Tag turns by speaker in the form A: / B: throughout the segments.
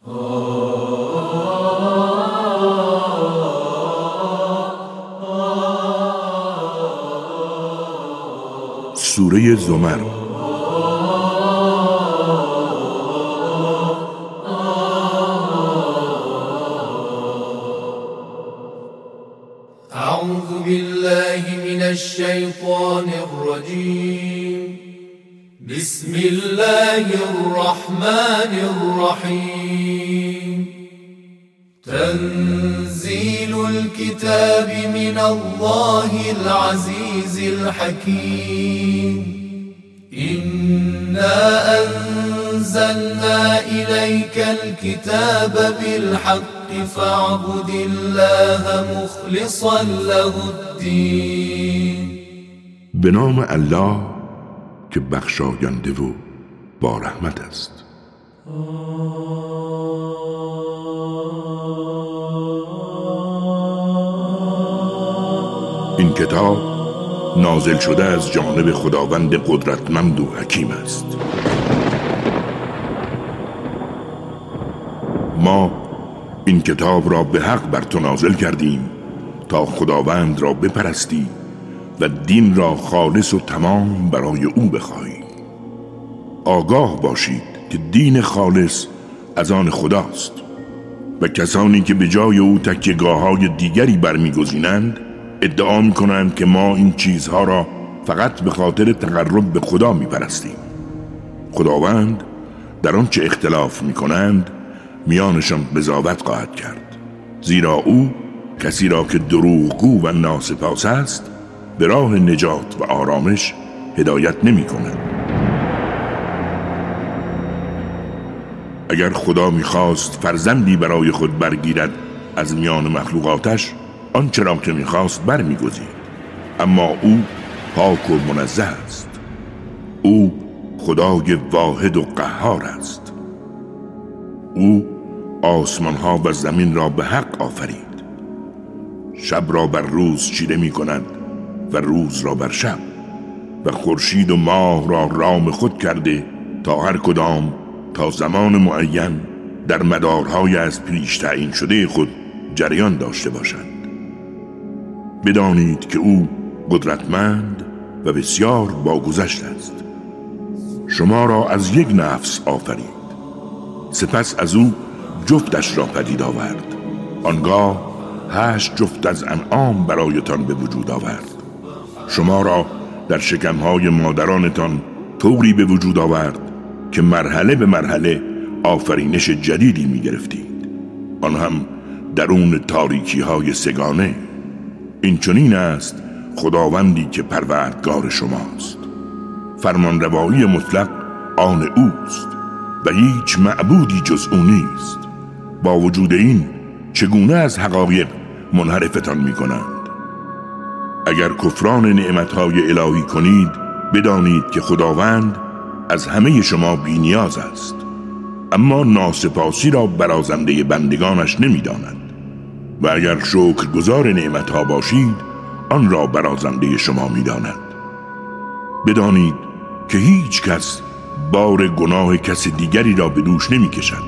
A: سوره زمر.
B: اعوذ بالله من الشیطان الرجیم. بسم الله الرحمن الرحیم. تنزيل الكتاب من الله العزيز الحكيم. إنا أنزلنا إليك الكتاب بالحق فاعبد الله مخلصا له الدين.
A: به نام الله که بخشاینده و با رحمت است. این کتاب نازل شده از جانب خداوند قدرتمند و حکیم است. ما این کتاب را به حق بر تو نازل کردیم تا خداوند را بپرستی و دین را خالص و تمام برای او بخواهی. آگاه باشید که دین خالص از آن خداست و کسانی که به جای او تکیه‌گاه‌های دیگری برمی‌گزینند ادعا می‌کنند که ما این چیزها را فقط به خاطر تقرب به خدا می‌پرستیم. خداوند در آنچه اختلاف می‌کنند میانشان قضاوت خواهد کرد، زیرا او کسی را که دروغگو و ناسپاس است به راه نجات و آرامش هدایت نمی‌کند. اگر خدا می‌خواست فرزندی برای خود برگیرد از میان مخلوقاتش، آنچه را که می‌خواست برمی‌گزید، اما او پاک و منزه است. او خدای واحد و قهار است. او آسمان‌ها و زمین را به حق آفرید. شب را بر روز چیره می‌کند و روز را بر شب، و خورشید و ماه را رام خود کرده تا هر کدام تا زمان معین در مدارهای از پیش تعیین شده خود جریان داشته باشند. بدانید که او قدرتمند و بسیار باگذشت است. شما را از یک نفس آفرید، سپس از او جفتش را پدید آورد. آنگاه 8 جفت از انعام برایتان به وجود آورد. شما را در شکمهای مادرانتان طوری به وجود آورد که مرحله به مرحله آفرینش جدیدی می گرفتید، آن هم درون تاریکی های سگانه. این چنین است خداوندی که پروردگار شماست. فرمانروایی مطلق آن اوست و هیچ معبودی جز او نیست. با وجود این چگونه از حقایق منحرفتان می کنند؟ اگر کفران نعمتهای الهی کنید بدانید که خداوند از همه شما بی نیاز است، اما ناسپاسی را برازنده بندگانش نمی داند. و اگر شکرگزار نعمتها باشید آن را برازنده شما می داند. بدانید که هیچ کس بار گناه کس دیگری را به دوش نمی کشد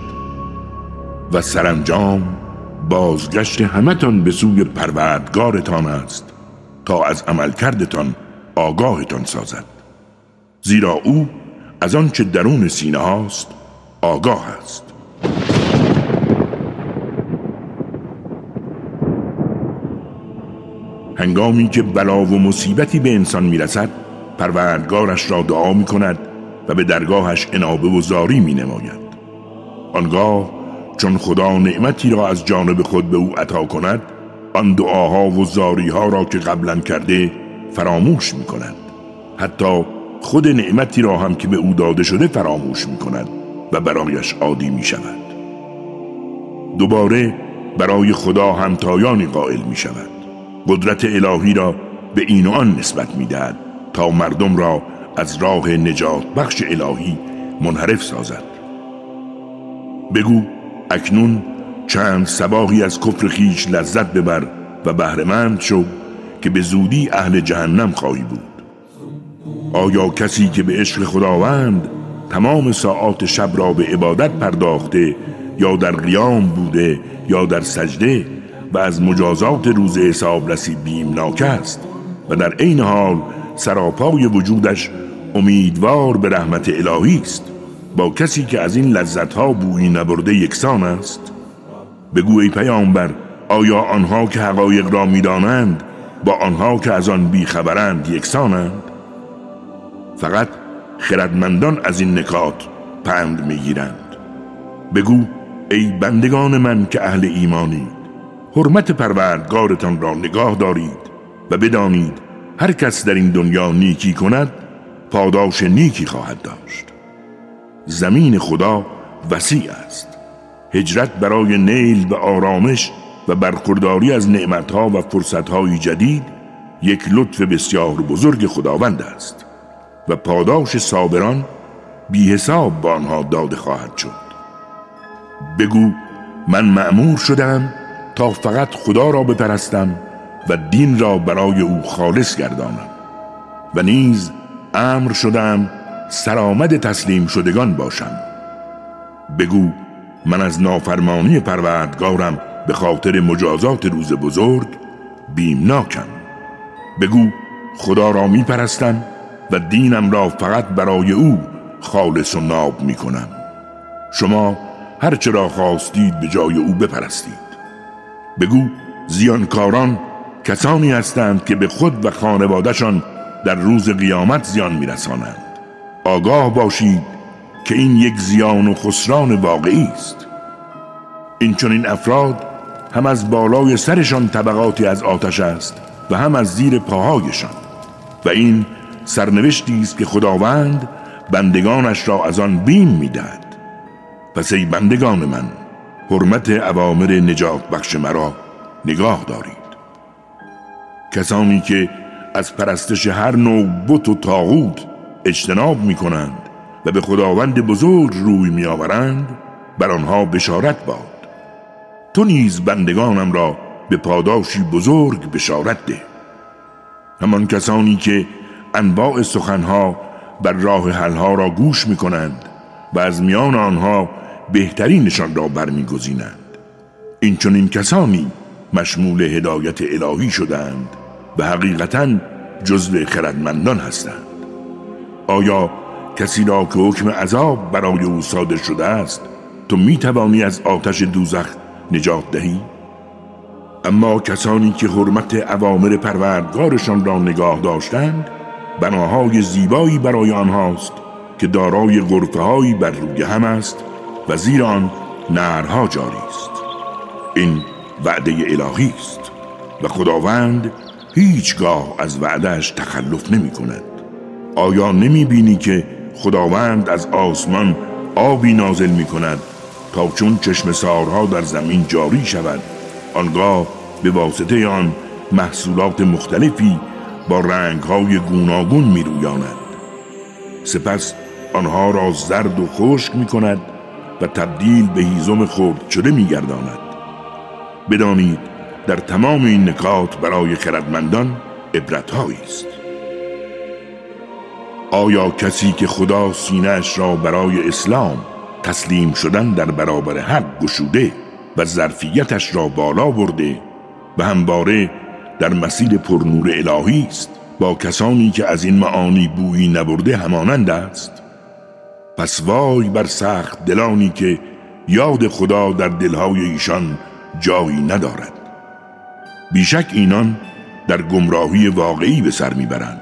A: و سرانجام بازگشت همتان به سوی پروردگارتان است تا از عملکردتان آگاهتان سازد، زیرا او از آنچه درون سینه هاست آگاه است. هنگامی که بلا و مصیبتی به انسان میرسد پروردگارش را دعا می کند و به درگاهش انابه و زاری می نماید. آنگاه چون خدا نعمتی را از جانب خود به او عطا کند، آن دعاها و زاریها را که قبلا کرده فراموش می کند. حتی خود نعمتی را هم که به او داده شده فراموش می کند و برایش عادی می شود. دوباره برای خدا همتایانی قائل می شود. قدرت الهی را به این و آن نسبت می دهد تا مردم را از راه نجات بخش الهی منحرف سازد. بگو اکنون چند صباحی از کفر خیش لذت ببر و بهره‌مند شو که به زودی اهل جهنم خواهی بود. آیا کسی که به عشق خداوند تمام ساعات شب را به عبادت پرداخته یا در قیام بوده یا در سجده و از مجازات روز حسابرسی بیمناک است و در عین حال سراپای وجودش امیدوار به رحمت الهی است، با کسی که از این لذتها بویی نبرده یکسان است؟ بگو ای پیامبر، آیا آنها که حقایق را می‌دانند با آنها که از آن بیخبرند یکسانند؟ فقط خردمندان از این نکات پند می‌گیرند. بگو ای بندگان من که اهل ایمانید، حرمت پروردگارتان را نگاه دارید و بدانید هر کس در این دنیا نیکی کند پاداش نیکی خواهد داشت. زمین خدا وسیع است. هجرت برای نیل و آرامش و برخورداری از نعمتها و فرصتهای جدید یک لطف بسیار بزرگ خداوند است و پاداش صابران بی حساب با آنها داده خواهد شد. بگو من مأمور شدم تا فقط خدا را بپرستم و دین را برای او خالص گردانم و نیز امر شدم سرآمد تسلیم شدگان باشم. بگو من از نافرمانی پروردگارم به خاطر مجازات روز بزرگ بیمناکم. بگو خدا را می پرستم و دینم را فقط برای او خالص و ناب می کنم. شما هرچه را خواستید به جای او بپرستید. بگو زیانکاران کسانی هستند که به خود و خانواده‌شان در روز قیامت زیان می رسانند. آگاه باشید که این یک زیان و خسران واقعی است. این چنین افراد هم از بالای سرشان طبقاتی از آتش است و هم از زیر پاهایشان و این سرنوشتی است که خداوند بندگانش را از آن بیم می‌دهد. پس ای بندگان من، حرمت اوامر نجات بخش مرا نگاه دارید. کسانی که از پرستش هر نوع بت و طاغوت اجتناب می‌کنند و به خداوند بزرگ روی می‌آورند، بر آنها بشارت باد. تو نیز بندگانم را به پاداشی بزرگ بشارت ده. همان کسانی که انواع سخنها بر راه حلها را گوش می‌کنند و از میان آنها بهترینشان را برمی‌گزینند، این چنین کسانی مشمول هدایت الهی شدند و حقیقتاً جزو خردمندان هستند. آیا کسی را که حکم عذاب برای او صادر شده است تو می‌توانی از آتش دوزخ نجات دهی؟ اما کسانی که حرمت اوامر پروردگارشان را نگاه داشتند، بناهای زیبایی برای آنهاست که دارای غرفه‌هایی بر روی هم است و زیر آن نهرها جاری است. این وعده الهی است و خداوند هیچگاه از وعدهش تخلف نمی کند. آیا نمی بینی که خداوند از آسمان آبی نازل می کند تا چون چشم سارها در زمین جاری شود، آنگاه به واسطه آن محصولات مختلفی با رنگهای گوناگون می رویاند. سپس آنها را زرد و خشک می کند و تبدیل به هیزم خرد شده می گرداند. بدانید در تمام این نکات برای خردمندان عبرت‌هایی است. آیا کسی که خدا سینه‌اش را برای اسلام تسلیم شدن در برابر حق گشوده و ظرفیتش را بالا برده و همواره در مسیر پرنور الهی است، با کسانی که از این معانی بویی نبرده همانند است؟ پس وای بر سخت دلانی که یاد خدا در دلهای ایشان جایی ندارد. بیشک اینان در گمراهی واقعی به سر میبرند.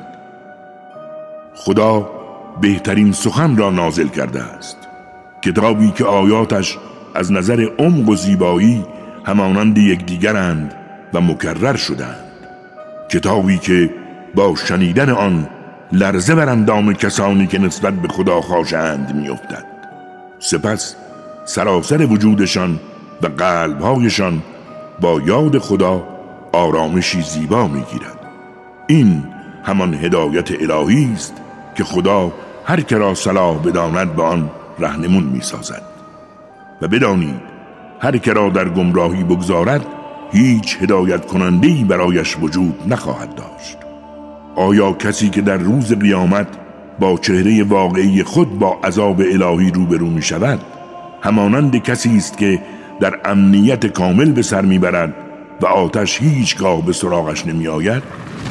A: خدا بهترین سخن را نازل کرده است، کتابی که آیاتش از نظر عمق و زیبایی همانند یکدیگرند و مکرر شدند. کتابی که با شنیدن آن لرزه بر اندام کسانی که نسبت به خدا خاشعند میافتد. سپس سراسر وجودشان و قلبهایشان با یاد خدا آرامشی زیبا میگیرد. این همان هدایت الهی است که خدا هر که را صلاح بداند به آن راهنمون میسازد. و بدانید هر که را در گمراهی بگذارد هیچ هدایت کننده‌ای برایش وجود نخواهد داشت. آیا کسی که در روز قیامت با چهره واقعی خود با عذاب الهی روبرو می شود همانند کسی است که در امنیت کامل به سر میبرد و آتش هیچگاه به سراغش نمی آید؟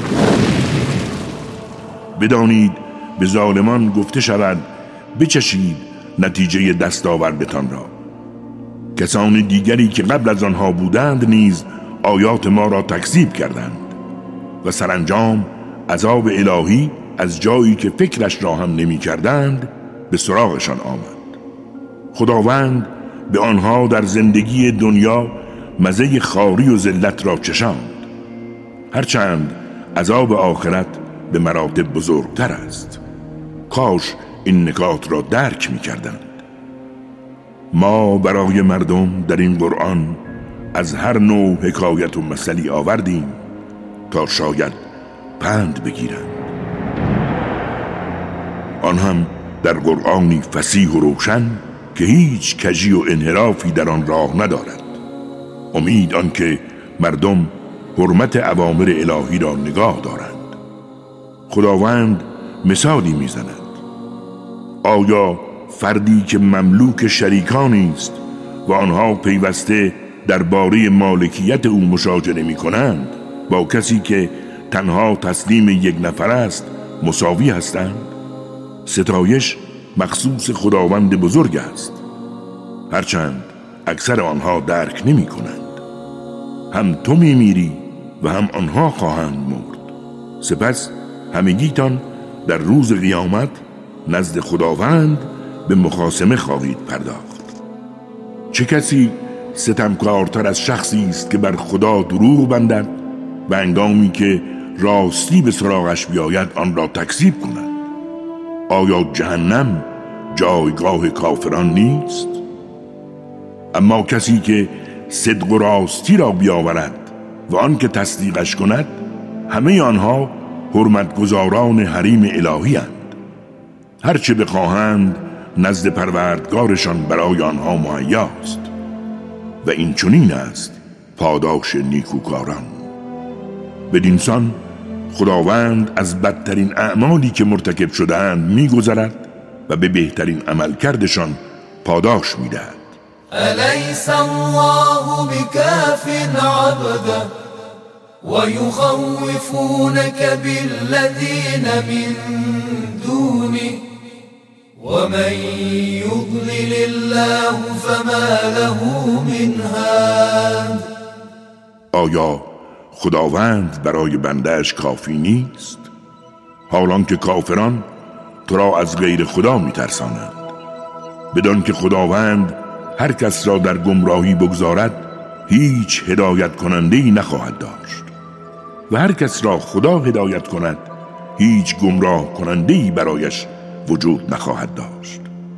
A: بدانید به ظالمان گفته شود بچشید نتیجه دستاوردتان را. کسان دیگری که قبل از آنها بودند نیز آیات ما را تکذیب کردند و سرانجام عذاب الهی از جایی که فکرش را هم نمی کردند به سراغشان آمد. خداوند به آنها در زندگی دنیا مزه خواری و ذلت را چشاند، هرچند عذاب آخرت به مراتب بزرگتر است. کاش این نکات را درک می کردند. ما برای مردم در این قرآن از هر نوع حکایت و مثلی آوردیم تا شاید پند بگیرند. آن هم در قرآنی فصیح و روشن که هیچ کجی و انحرافی در آن راه ندارد. امید آنکه مردم حرمت اوامر الهی را نگاه دارند. خداوند مثالی میزند. آیا فردی که مملوک شریکانی است و آنها پیوسته درباره مالکیت او مشاجره می‌کنند با کسی که تنها تسلیم یک نفر است مساوی هستند؟ ستایش مخصوص خداوند بزرگ است، هرچند اکثر آنها درک نمی کنند. هم تو می میری و هم آنها خواهند مرد، سپس همگیتان در روز قیامت نزد خداوند به مخاصمه خواهید پرداخت. چه کسی ستمکارتر از شخصی است که بر خدا دروغ بندد و هنگامی که راستی به سراغش بیاید آن را تکذیب کند؟ آیا جهنم جایگاه کافران نیست؟ اما کسی که صدق و راستی را بیاورد و آن که تصدیقش کند، همه آنها حرمتگزاران حریم الهی اند. هرچه بخواهند نزد پروردگارشان برای آنها مهیاست و این چنین است پاداش نیکوکاران. بدینسان خداوند از بدترین اعمالی که مرتکب شده‌اند می‌گذرد و به بهترین عملکردشان پاداش می‌دهد.
B: الیس الله بکاف عبده ويخوفونك بالذین من دونه ومن يضلل الله فما له من هاد.
A: آیا خداوند برای بنده‌اش کافی نیست؟ حالان که کافران تو را از غیر خدا می‌ترسانند. بدان که خداوند هر کس را در گمراهی بگذارد هیچ هدایت کننده‌ای نخواهد داشت و هر کس را خدا هدایت کند هیچ گمراه کننده‌ای برایش وجود نخواهد داشت.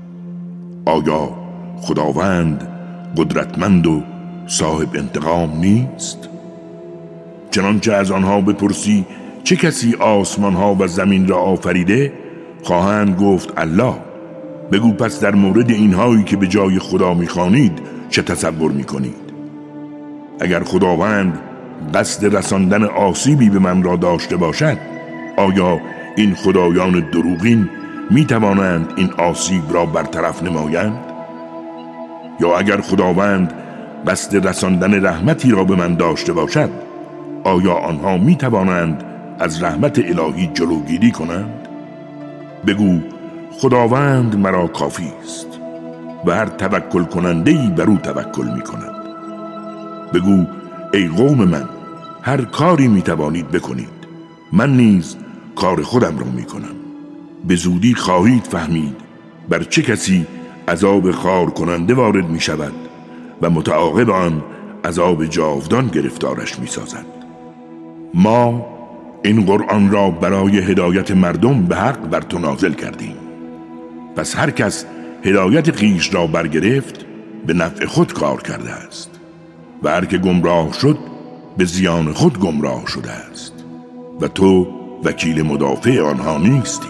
A: آیا خداوند قدرتمند و صاحب انتقام نیست؟ چنانچه از آنها بپرسی چه کسی آسمانها و زمین را آفریده، خواهند گفت الله. بگو پس در مورد اینهایی که به جای خدا میخوانید چه تصور میکنید؟ اگر خداوند قصد رساندن آسیبی به من را داشته باشد، آیا این خدایان دروغین میتوانند این آسیب را برطرف نمایند؟ یا اگر خداوند قصد رساندن رحمتی را به من داشته باشد، آیا آنها میتوانند از رحمت الهی جلوگیری کنند؟ بگو خداوند مرا کافی است و هر توکل کننده‌ای بر او توکل میکند. بگو ای قوم من، هر کاری میتوانید بکنید، من نیز کار خودم را میکنم. به زودی خواهید فهمید بر چه کسی عذاب خار کننده وارد میشود و متعاقب آن عذاب جاودان گرفتارش میسازد. ما این قرآن را برای هدایت مردم به حق بر تو نازل کردیم، پس هر کس هدایت خویش را برگرفت به نفع خود کار کرده است و هر که گمراه شد به زیان خود گمراه شده است و تو وکیل مدافع آنها نیستی.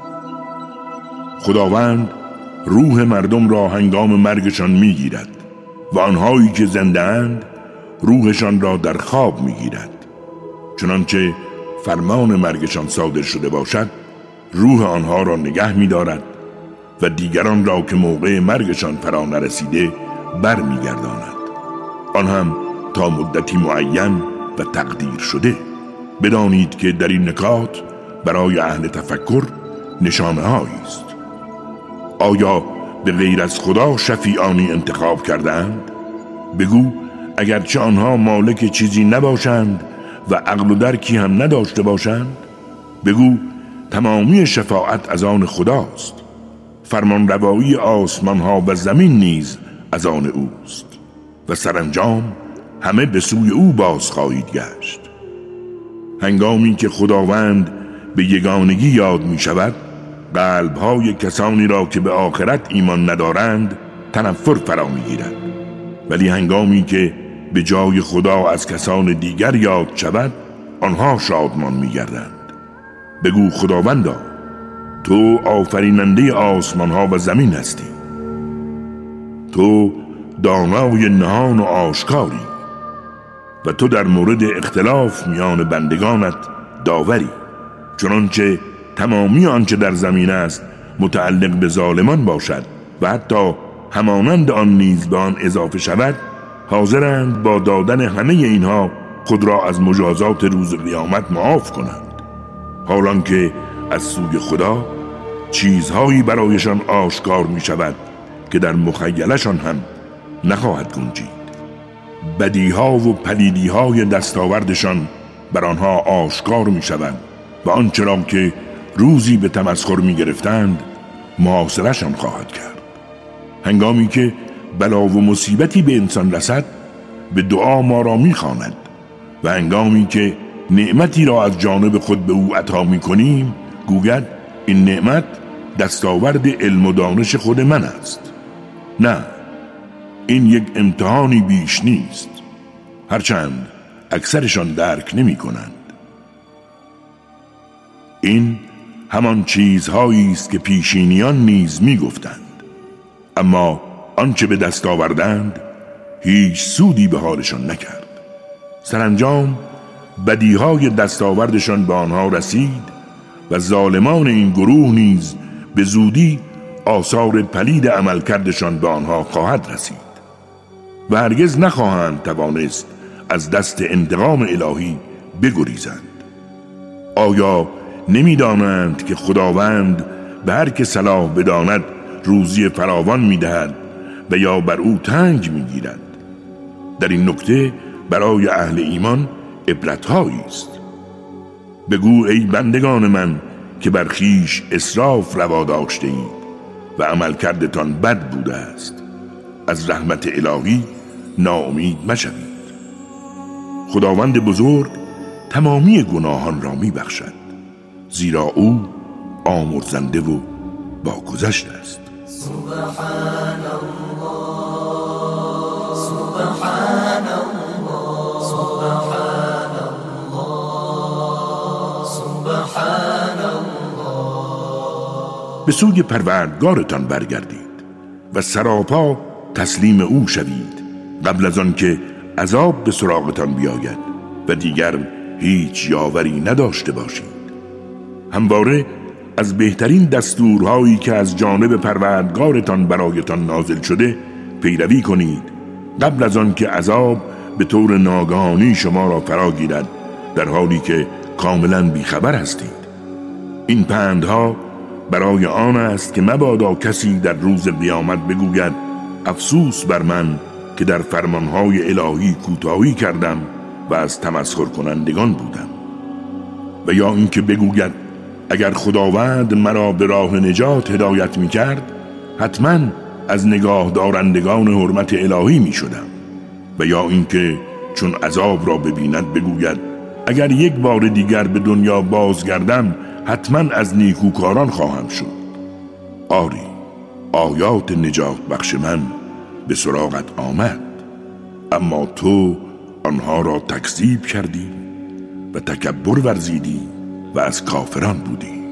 A: خداوند روح مردم را هنگام مرگشان میگیرد و آنهایی که زنده اند روحشان را در خواب میگیرد. چنانچه فرمان مرگشان صادر شده باشد روح آنها را نگه می‌دارد و دیگران را که موقع مرگشان فرا نرسیده بر میگرداند، آن هم تا مدتی معین و تقدیر شده. بدانید که در این نکات برای اهل تفکر نشانه هایی است. آیا به غیر از خدا شفیعانی انتخاب کردند؟ بگو اگرچه آنها مالک چیزی نباشند و عقل و درکی هم نداشته باشند، بگو تمامی شفاعت از آن خداست، فرمان روایی آسمان ها و زمین نیز از آن اوست و سرانجام همه به سوی او باز خواهید گشت. هنگامی که خداوند به یگانگی یاد می شود، قلب‌های کسانی را که به آخرت ایمان ندارند تنفر فرا می گیرد، ولی هنگامی که به جای خدا از کسان دیگر یاد شود آنها شادمان می گردند. بگو خداوندا تو آفریننده آسمان ها و زمین هستی، تو دانای نهان و آشکاری و تو در مورد اختلاف میان بندگانت داوری، چنانچه تمامی آنچه در زمین است متعلق به ظالمان باشد و حتی همانند آن نیز به آن اضافه شود، حاضرند با دادن همه اینها خود را از مجازات روز قیامت معاف کنند، حالان که از سوی خدا چیزهایی برایشان آشکار می شود که در مخیلشان هم نخواهد گنجید. بدیها و پلیدیهای دستاوردشان بر آنها آشکار می شود و آنچه را که روزی به تمسخر می گرفتند محاصره‌شان خواهد کرد. هنگامی که بلا و مصیبتی به انسان رسد به دعا ما را می خواند و هنگامی که نعمتی را از جانب خود به او عطا می کنیم گوید این نعمت دستاورد علم و دانش خود من است. نه، این یک امتحانی بیش نیست، هرچند اکثرشان درک نمی کنند. این همان چیزهایی است که پیشینیان نیز می گفتند، اما آنچه به دست آوردند هیچ سودی به حالشان نکرد. سرانجام بدیهای دستاوردشان به آنها رسید و ظالمان این گروه نیز به زودی آثار پلید عملکردشان به آنها خواهد رسید و هرگز نخواهند توانست از دست انتقام الهی بگریزند. آیا نمی‌دانند که خداوند به هر که صلاح بداند روزی فراوان می‌دهد و یا بر او تنگ می‌گیرد؟ در این نکته برای اهل ایمان عبرت‌هایی است. بگو ای بندگان من که بر خویش اسراف روا داشته اید و عمل کردتان بد بوده است، از رحمت الهی ناامید مشوید. خداوند بزرگ تمامی گناهان را می بخشد، زیرا او آمرزنده و باگذشت است.
B: سبحان الله، سبحان الله، سبحان الله، سبحان الله.
A: به سوی پروردگارتان برگردید و سراپا تسلیم او شوید قبل از آن که عذاب به سراغتان بیاید و دیگر هیچ یاوری نداشته باشید. همواره از بهترین دستورهایی که از جانب پروردگارتان برایتان نازل شده پیروی کنید قبل از آن که عذاب به طور ناگهانی شما را فرا گیرد در حالی که کاملا بیخبر هستید. این پندها برای آن است که مبادا کسی در روز قیامت بگوید افسوس بر من که در فرمانهای الهی کوتاهی کردم و از تمسخر کنندگان بودم، و یا اینکه بگوید اگر خداوند مرا به راه نجات هدایت می کرد حتما از نگاه دارندگان حرمت الهی می شدم، و یا اینکه چون عذاب را ببیند بگوید اگر یک بار دیگر به دنیا بازگردم حتما از نیکوکاران خواهم شد. آری، آیات نجات بخش من به سراغت آمد، اما تو آنها را تکذیب کردی و تکبر ورزیدی و از کافران بودی.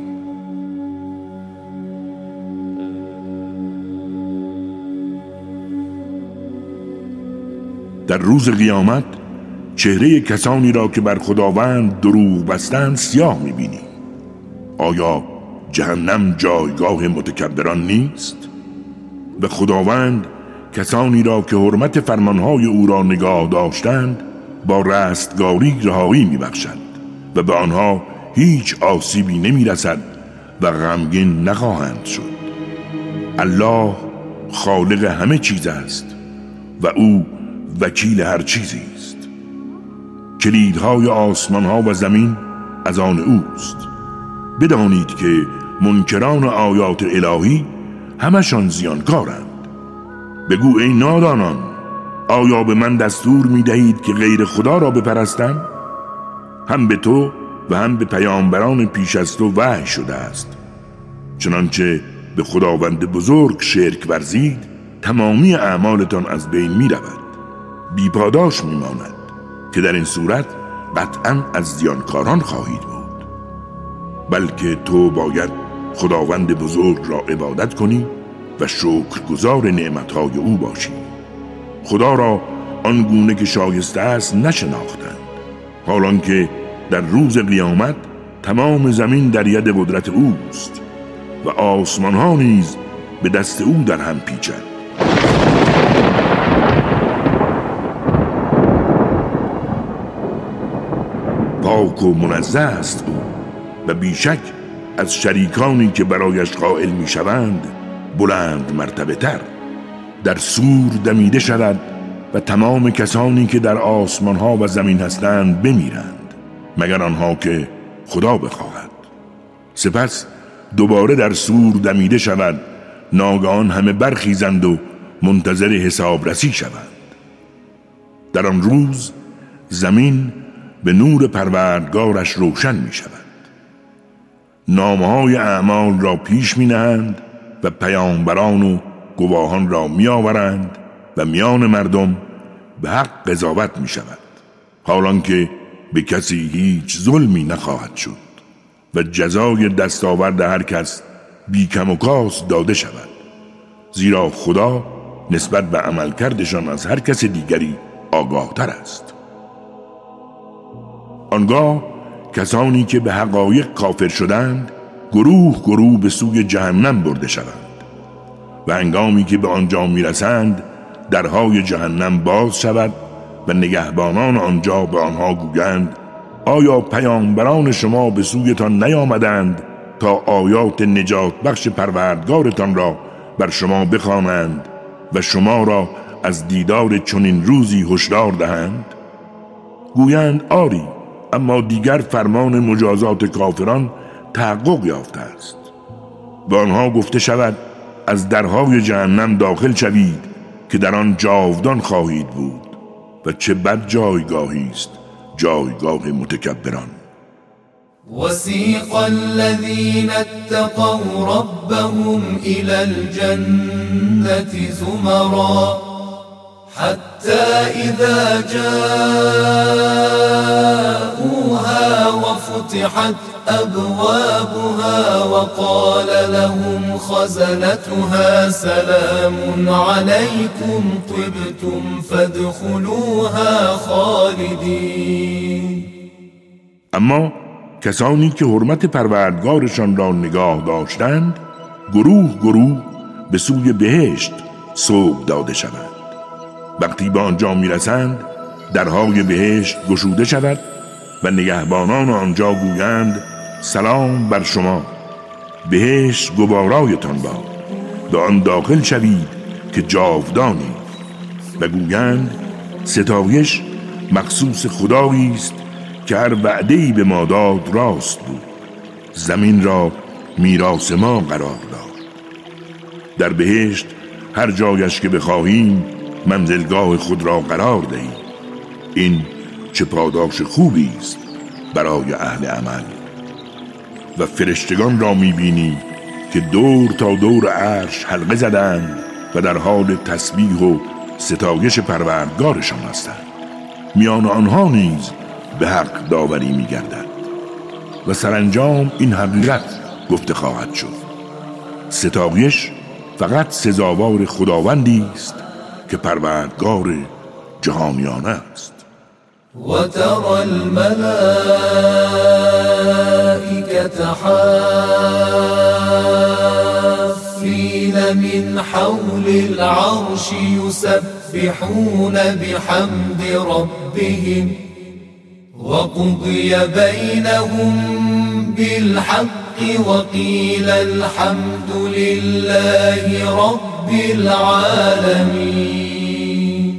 A: در روز قیامت چهره کسانی را که بر خداوند دروغ بستند سیاه می‌بینی. آیا جهنم جایگاه متکبران نیست؟ و خداوند کسانی را که حرمت فرمانهای او را نگاه داشتند با رستگاری رهایی می‌بخشد و به آنها هیچ آسیبی نمی‌رسد و غمگین نخواهند شد. الله خالق همه چیز است و او وکیل هر چیزی است. کلیدهای آسمان‌ها و زمین از آن اوست. بدانید که منکران آیات الهی همشان زیانکارند. بگو ای نادانان، آیا به من دستور می‌دهید که غیر خدا را بپرستم؟ هم به تو و هم به پیامبران پیش از تو وحی شده است. چنانچه به خداوند بزرگ شرک ورزید، تمامی اعمالتان از بین می‌رود. بیپاداش می‌ماند که در این صورت قطعاً از زیانکاران خواهید بود. بلکه تو باید خداوند بزرگ را عبادت کنی و شکرگزار نعمتهای او باشی. خدا را آنگونه که شایسته است نشناختند، حالان که در روز قیامت تمام زمین در ید قدرت اوست و آسمان ها نیز به دست او در هم پیچد. پاک و منزه است او و بیشک از شریکانی که برایش قائل می شوند بلند مرتبه تر. در سور دمیده شود و تمام کسانی که در آسمان ها و زمین هستند بمیرند مگر آنها که خدا بخواهد. سپس دوباره در سور دمیده شود، ناگهان همه برخیزند و منتظر حسابرسی شوند. در آن روز زمین به نور پروردگارش روشن می شود. نامه‌های اعمال را پیش می نهند و پیامبران و گواهان را می آورند و میان مردم به حق قضاوت می شود، حالان که به کسی هیچ ظلمی نخواهد شد و جزای دستاورد هر کس بی کم و کاست داده شود، زیرا خدا نسبت به عملکردشان از هر کس دیگری آگاه تر است. آنگاه کسانی که به حقایق کافر شدند گروه گروه به سوی جهنم برده شوند و هنگامی که به آنجا میرسند درهای جهنم باز شود و نگهبانان آنجا به آنها گویند آیا پیامبران شما به سویتان نیامدند تا آیات نجات بخش پروردگارتان را بر شما بخوانند و شما را از دیدار چنین روزی هشدار دهند؟ گویند آری، اما دیگر فرمان مجازات کافران تحقق یافته است. به آنها گفته شود از درهای جهنم داخل شوید که در آن جاودان خواهید بود و چه بد جایگاهی است جایگاه متکبران.
B: وسيق الذين اتقوا ربهم إلى الجنة زمرا حتى إذا جاءوها وفتحت أبوابها وقال لهم خزنتها سلام عليكم طبتم فادخلوها خالدين.
A: اما کسانی که حرمت پروردگارشان را نگاه داشتند گروه گروه به سوی بهشت سوق داده شوند. وقتی به آنجا میرسند درهای بهشت گشوده شود و نگهبانان آنجا گویند سلام بر شما، بهشت گوارایتان باد، به آن داخل شوید که جاودانی. و گویند ستایش مخصوص خدایی است که هر وعده‌ای به ما داد راست بود، زمین را میراث ما قرار داد. در بهشت هر جایش که بخواهیم منزلگاه خود را قرار دهیم. این چه پاداش خوبی است برای اهل عمل. و فرشتگان را میبینی که دور تا دور عرش حلقه زدند و در حال تسبیح و ستایش پروردگارشان هستند. میان آنها نیز به حق داوری میگردد و سرانجام این حقیقت گفته خواهد شد: ستایش فقط سزاوار خداوندی است که پروردگار جهانیان است.
B: وترى الملائكة الملائكة حافين من حول العرش يسبحون بحمد ربهم وقضي بينهم بالحق وقيل الحمد لله رب العالمين.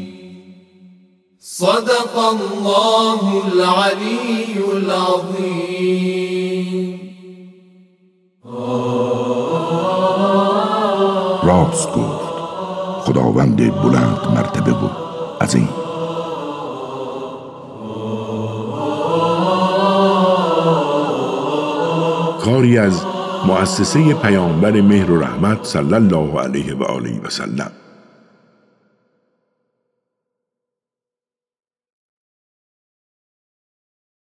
B: صدق الله العلي العظيم.
A: راست گفت خداوند بلند مرتبه و عظیم. کاری از مؤسسه پیامبر مهر و رحمت صلی الله علیه و آله و سلم.